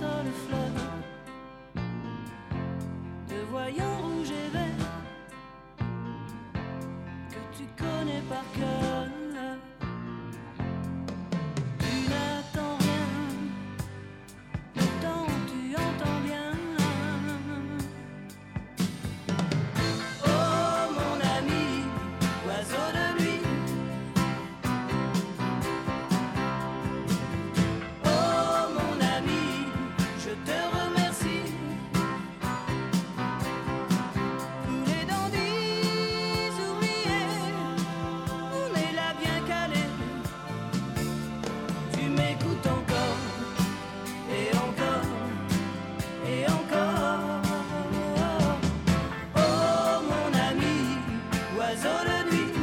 seule fleur, te voyant rouge et vert, que tu connais par cœur. Tu n'attends rien, pourtant tu entends bien. Oh mon ami, oiseau de nuit. Oh mon ami, je te remercie. Tous les dandys oubliés, on est là bien calés. Tu m'écoutes encore, et encore, et encore. Oh mon ami, oiseau de nuit.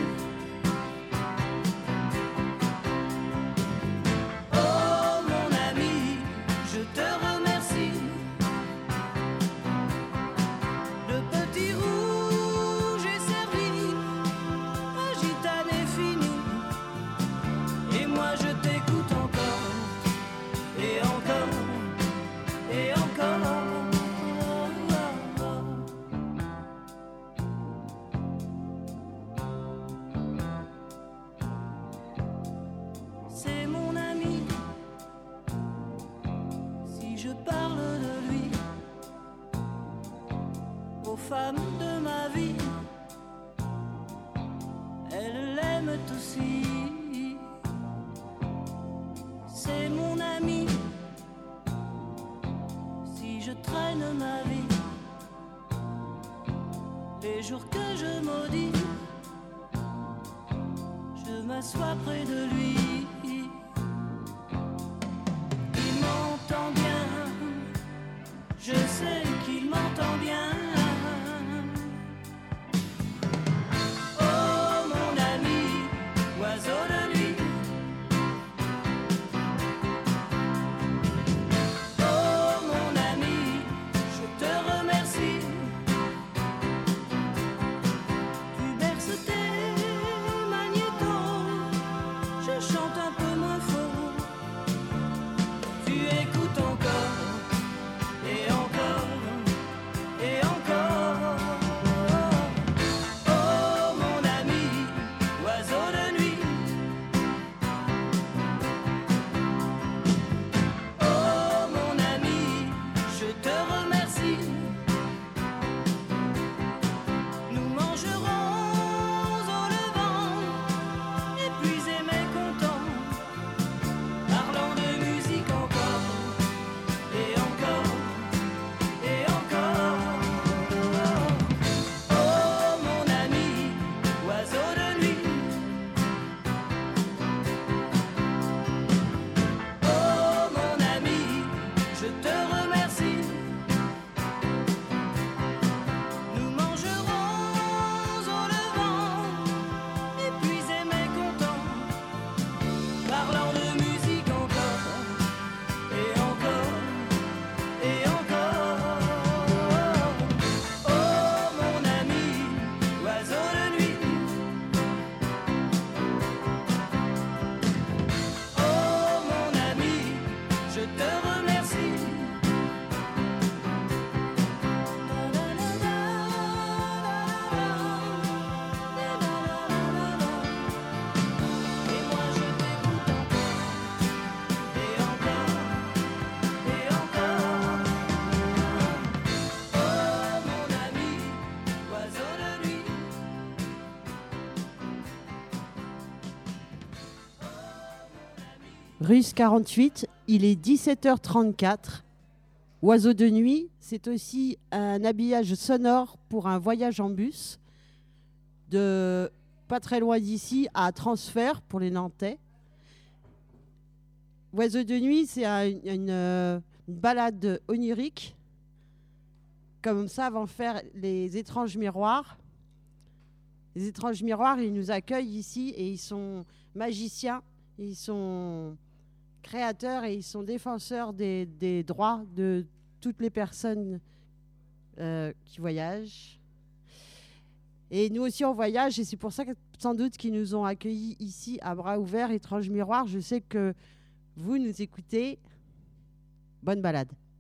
Oh mon ami, je te remercie. Le petit rouge est servi, la gitane est finie, et moi je t'écoute encore, et encore, et encore. C'est mon ami, si je parle de lui, aux femmes de ma vie, elles l'aiment aussi. C'est mon ami, si je traîne ma vie, les jours que je maudis, je m'assois près de lui. Il m'entend bien, je sais qu'il m'entend bien. Oh mon ami, oiseau de nuit. Oh mon ami, je te remercie. Tu berces tes magnétos, je chante un peu moins fort. Tu écoutes encore, et encore, et encore. Oh mon ami, oiseau de nuit. Oh mon ami, je te remercie. Nous mangerons au levant, épuisés mais contents, parlant de musique encore, et encore, et encore. Oh mon ami, oiseau de nuit. Oh mon ami, je te remercie. Nous mangerons au levant, épuisés mais contents, parlant de musique encore, et encore, et encore. Oh mon ami, oiseau de nuit. Oh mon ami, je te remercie. Et moi je t'écoute encore, et encore, et encore. Oh mon ami, oiseau de nuit. Russe 48, il est 17h34. Oiseau de nuit, c'est aussi un habillage sonore pour un voyage en bus de pas très loin d'ici à Transfert pour les Nantais. Oiseau de nuit, c'est une balade onirique. Comme ça vont faire les étranges miroirs. Les étranges miroirs, ils nous accueillent ici et ils sont magiciens, ils sont créateurs et ils sont défenseurs des droits de toutes les personnes qui voyagent. Et nous aussi, on voyage et c'est pour ça que sans doute qu'ils nous ont accueillis ici à bras ouverts, Étrange Miroir. Je sais que vous nous écoutez. Bonne balade.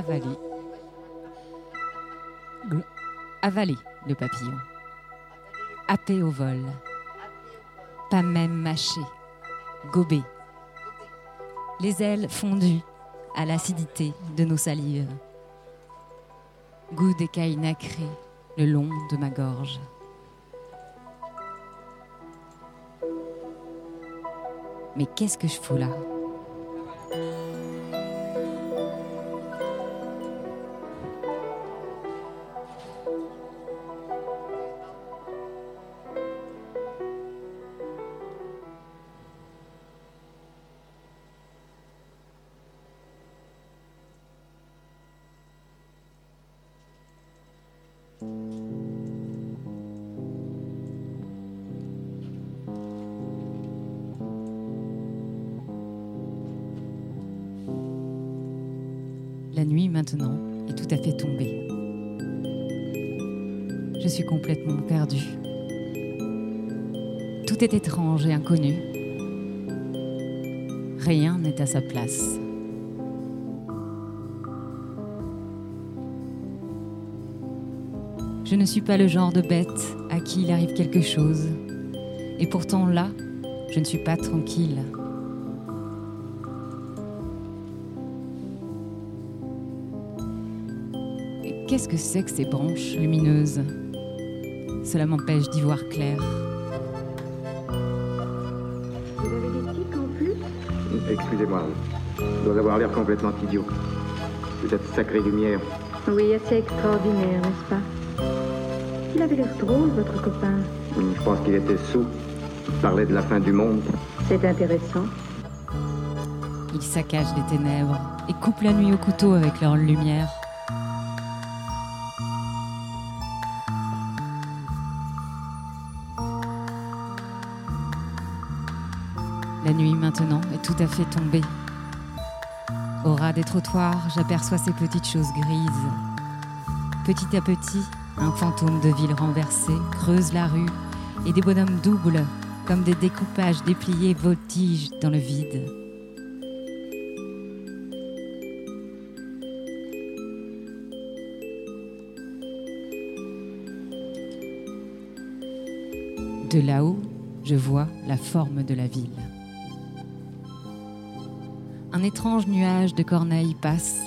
avaler. Avaler le papillon. Happer au vol. Pas même mâcher. Gober. Les ailes fondues à l'acidité de nos salives. Goût d'écailles nacrées le long de ma gorge. Mais qu'est-ce que je fous là ? La nuit maintenant est tout à fait tombée. Je suis complètement perdue. Tout est étrange et inconnu. Rien n'est à sa place. Je ne suis pas le genre de bête à qui il arrive quelque chose. Et pourtant là, je ne suis pas tranquille. Et qu'est-ce que c'est que ces branches lumineuses ? Cela m'empêche d'y voir clair. Vous avez des tics en plus? Excusez-moi, je dois avoir l'air complètement idiot. Cette sacrée lumière. Oui, assez extraordinaire, n'est-ce pas? Il avait l'air drôle, votre copain. Je pense qu'il était sous. Il parlait de la fin du monde. C'est intéressant. Ils saccagent les ténèbres et coupent la nuit au couteau avec leur lumière. La nuit maintenant est tout à fait tombée. Au ras des trottoirs, j'aperçois ces petites choses grises. Petit à petit, un fantôme de ville renversé creuse la rue et des bonhommes doubles, comme des découpages dépliés, voltigent dans le vide. De là-haut, je vois la forme de la ville. Un étrange nuage de corneilles passe.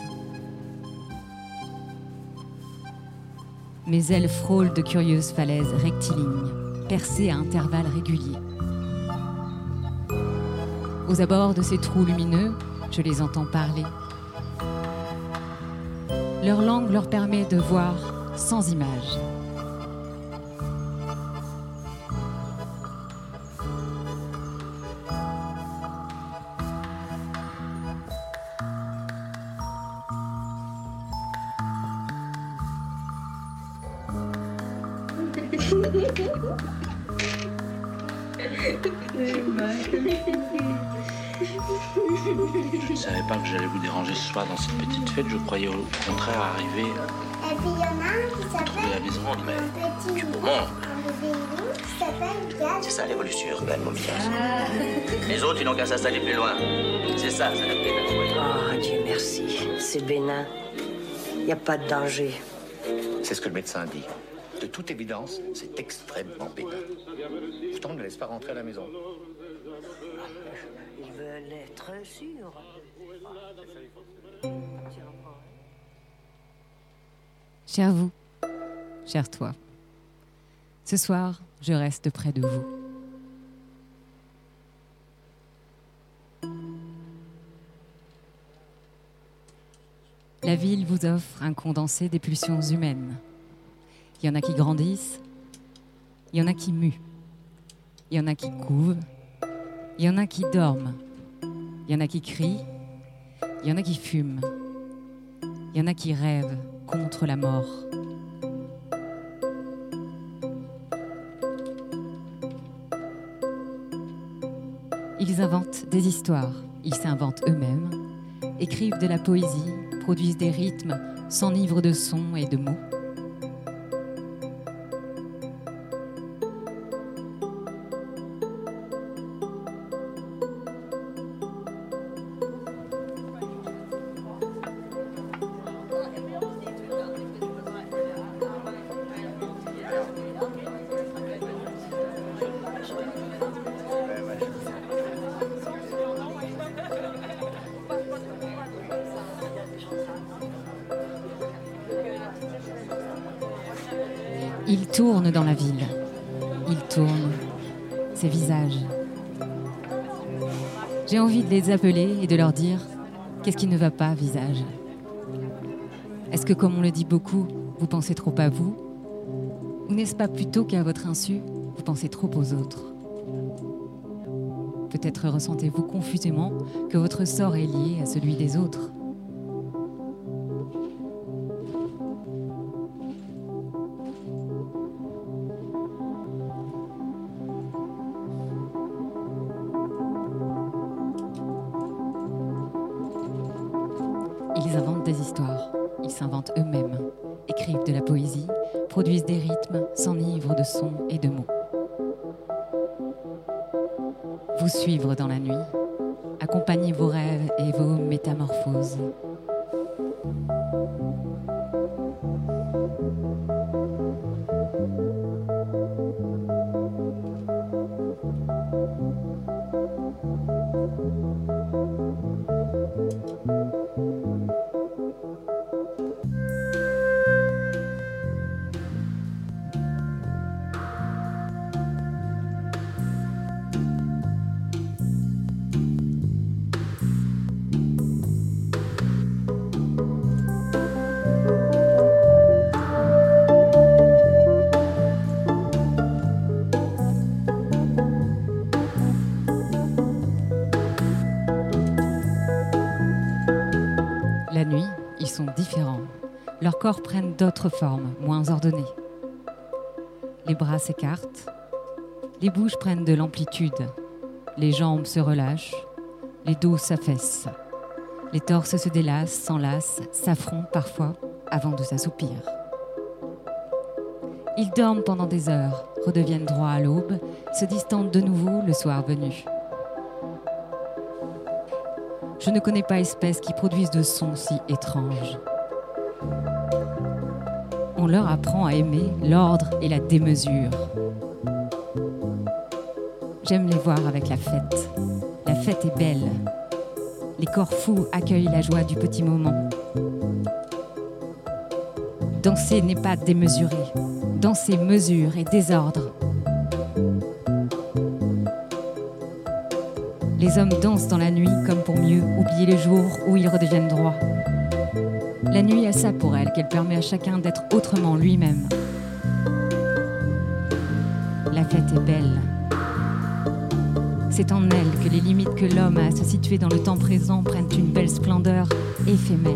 Mes ailes frôlent de curieuses falaises rectilignes, percées à intervalles réguliers. Aux abords de ces trous lumineux, je les entends parler. Leur langue leur permet de voir sans images. Je ne savais pas que j'allais vous déranger ce soir dans cette petite fête. Je croyais au contraire arriver Et puis il y en a un qui à trouver la s'appelle maison, mais un petit du moment. un vélo qui s'appelle Gaz. C'est ça l'évolution urbaine, mon village. Les autres, ils n'ont qu'à s'installer plus loin. C'est ça, s'adapter à la Ah, Dieu merci. C'est bénin. Il n'y a pas de danger. C'est ce que le médecin dit. De toute évidence, c'est extrêmement bénin. Pourtant, on ne laisse pas rentrer à la maison. Ils veulent être sûrs. Cher vous, cher toi, ce soir, je reste près de vous. La ville vous offre un condensé des pulsions humaines. Il y en a qui grandissent, il y en a qui muent, il y en a qui couvent, il y en a qui dorment, il y en a qui crient, il y en a qui fument, il y en a qui rêvent contre la mort. Ils inventent des histoires, ils s'inventent eux-mêmes, écrivent de la poésie, produisent des rythmes, s'enivrent de sons et de mots. Il tourne dans la ville. Il tourne ses visages. J'ai envie de les appeler et de leur dire « Qu'est-ce qui ne va pas, visage ?» Est-ce que, comme on le dit beaucoup, vous pensez trop à vous? Ou n'est-ce pas plutôt qu'à votre insu, vous pensez trop aux autres? Peut-être ressentez-vous confusément que votre sort est lié à celui des autres. Ils inventent des histoires, ils s'inventent eux-mêmes, écrivent de la poésie, produisent des rythmes, s'enivrent de sons et de mots. Vous suivre dans la nuit, accompagner vos rêves et vos métamorphoses. La nuit, ils sont différents. Leurs corps prennent d'autres formes, moins ordonnées. Les bras s'écartent, les bouches prennent de l'amplitude, les jambes se relâchent, les dos s'affaissent, les torses se délassent, s'enlacent, s'affrontent parfois avant de s'assoupir. Ils dorment pendant des heures, redeviennent droits à l'aube, se distendent de nouveau le soir venu. Je ne connais pas espèce qui produise de sons si étranges. On leur apprend à aimer l'ordre et la démesure. J'aime les voir avec la fête. La fête est belle. Les corps fous accueillent la joie du petit moment. Danser n'est pas démesuré. Danser mesure et désordre. Les hommes dansent dans la nuit comme pour mieux oublier les jours où ils redeviennent droits. La nuit a ça pour elle, qu'elle permet à chacun d'être autrement lui-même. La fête est belle. C'est en elle que les limites que l'homme a à se situer dans le temps présent prennent une belle splendeur éphémère.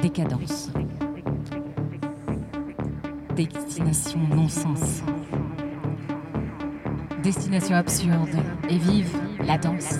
décadence. Destination non-sens. Destination absurde et vive la danse.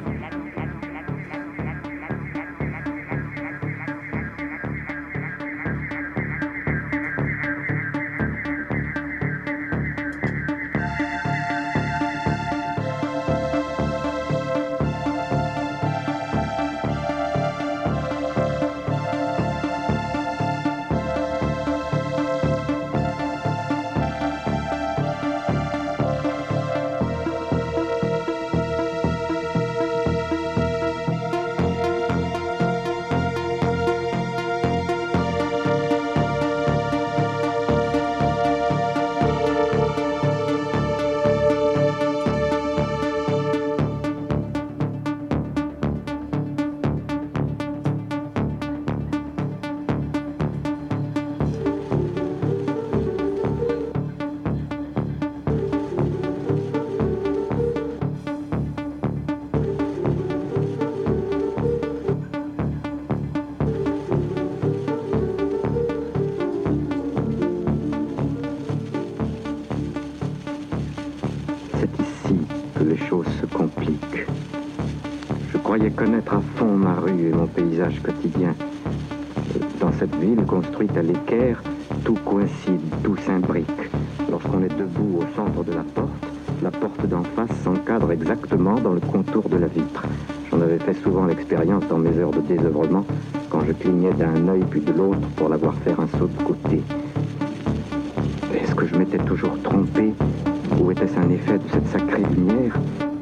Je croyais connaître à fond ma rue et mon paysage quotidien. Dans cette ville construite à l'équerre, tout coïncide, tout s'imbrique. Lorsqu'on est debout au centre de la porte d'en face s'encadre exactement dans le contour de la vitre. J'en avais fait souvent l'expérience dans mes heures de désœuvrement, quand je clignais d'un œil puis de l'autre pour la voir faire un saut de côté. Est-ce que je m'étais toujours trompé, ou était-ce un effet de cette sacrée lumière ?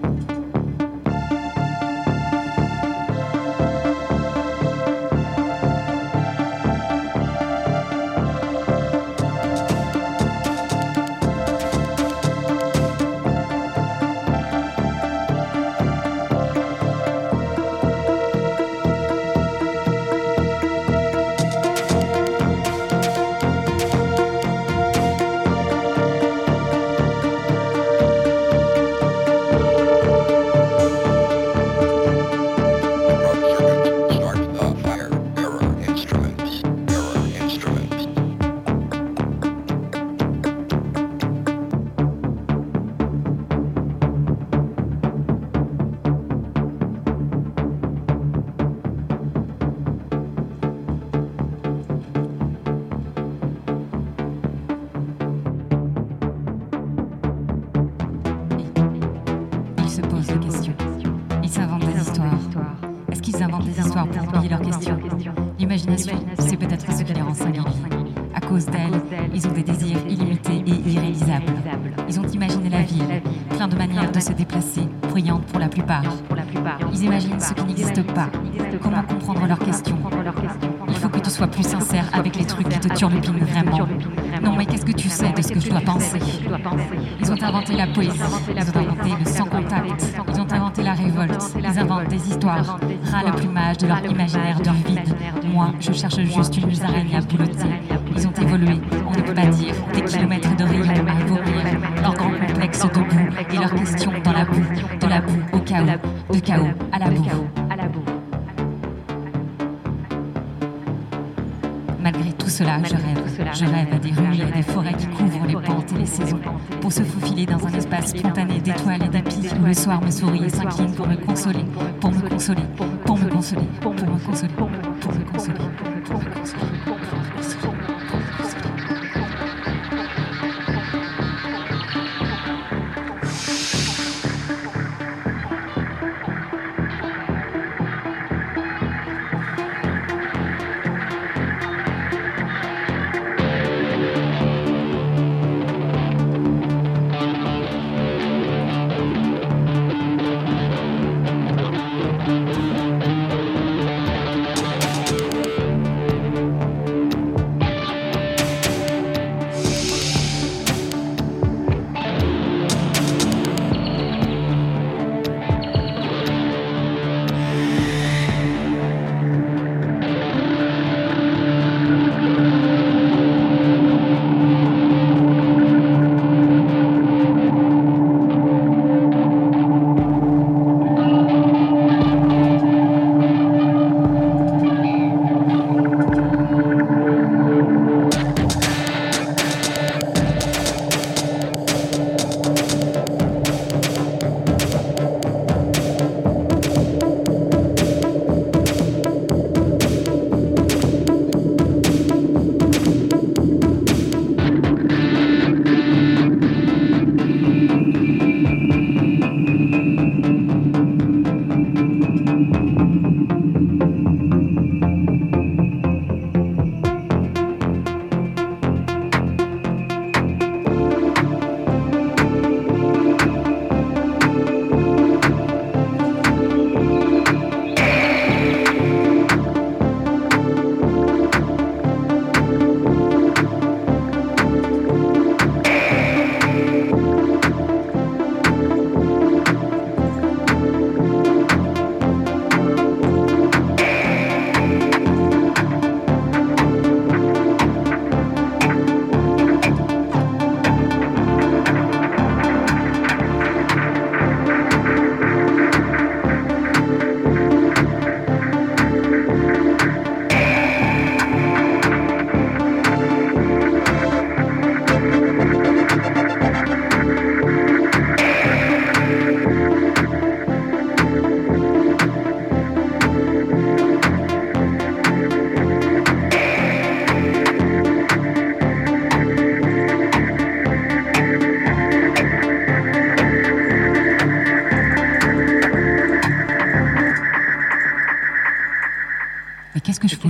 L'imagination, c'est peut-être ce qui les rend singuliers. À cause d'elle, ils ont des désirs illimités et irréalisables. Ils ont imaginé la ville, plein de manières de se déplacer, bruyantes pour la plupart. Ils imaginent ce qui n'existe pas. Comment comprendre leurs questions? Il faut que tu sois plus sincère avec les trucs qui te turlupinent vraiment. Non, mais qu'est-ce que tu sais de ce que je dois penser? Ils ont inventé la poésie, ils ont inventé le sans contact, ils ont inventé la révolte, ils inventent des histoires, ras le plumage de leur imaginaire du vide. Moi, je cherche juste une musaraigne à boulotter. Ils ont évolué, on ne peut pas dire, des kilomètres de rayons à vomir, leur grand complexe debout et leurs questions dans la boue, de la boue au chaos, de chaos à la boue. Malgré tout cela, je rêve. Je rêve à des rues et des forêts qui couvrent les pentes et les saisons, pour se faufiler dans un espace spontané d'étoiles et d'épis où le soir me sourit et s'incline pour me consoler, pour me consoler, pour me consoler, pour me consoler, pour me consoler, pour me consoler, pour me consoler.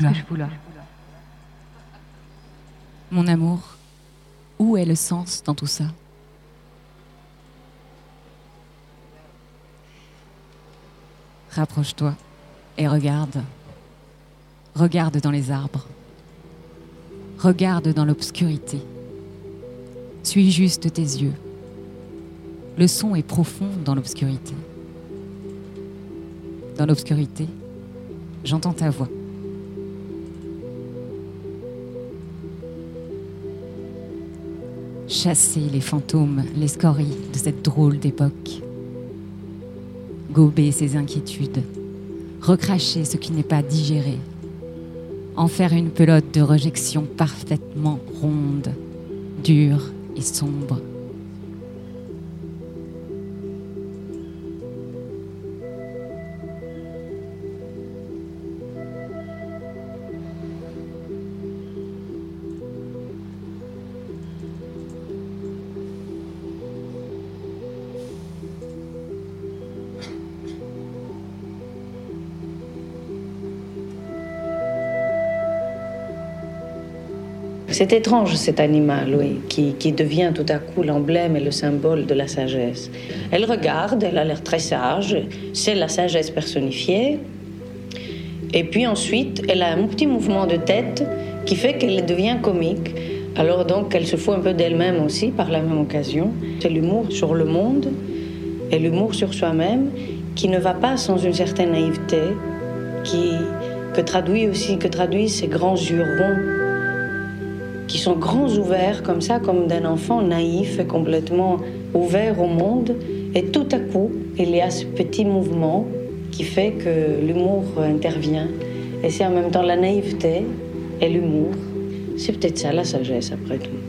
là. Mon amour, où est le sens dans tout ça? Rapproche-toi et regarde. Regarde dans les arbres. Regarde dans l'obscurité. Suis juste tes yeux. Le son est profond dans l'obscurité. Dans l'obscurité, j'entends ta voix. Chasser les fantômes, les scories de cette drôle d'époque. Gober ses inquiétudes. Recracher ce qui n'est pas digéré. En faire une pelote de rejection parfaitement ronde, dure et sombre. C'est étrange cet animal, oui, qui devient tout à coup l'emblème et le symbole de la sagesse. Elle regarde, elle a l'air très sage, c'est la sagesse personnifiée. Et puis ensuite, elle a un petit mouvement de tête qui fait qu'elle devient comique. Alors donc, elle se fout un peu d'elle-même aussi par la même occasion. C'est l'humour sur le monde et l'humour sur soi-même qui ne va pas sans une certaine naïveté, que traduisent ces grands yeux ronds qui sont grands ouverts comme ça, comme d'un enfant naïf et complètement ouvert au monde. Et tout à coup, il y a ce petit mouvement qui fait que l'humour intervient. Et c'est en même temps la naïveté et l'humour. C'est peut-être ça la sagesse après tout.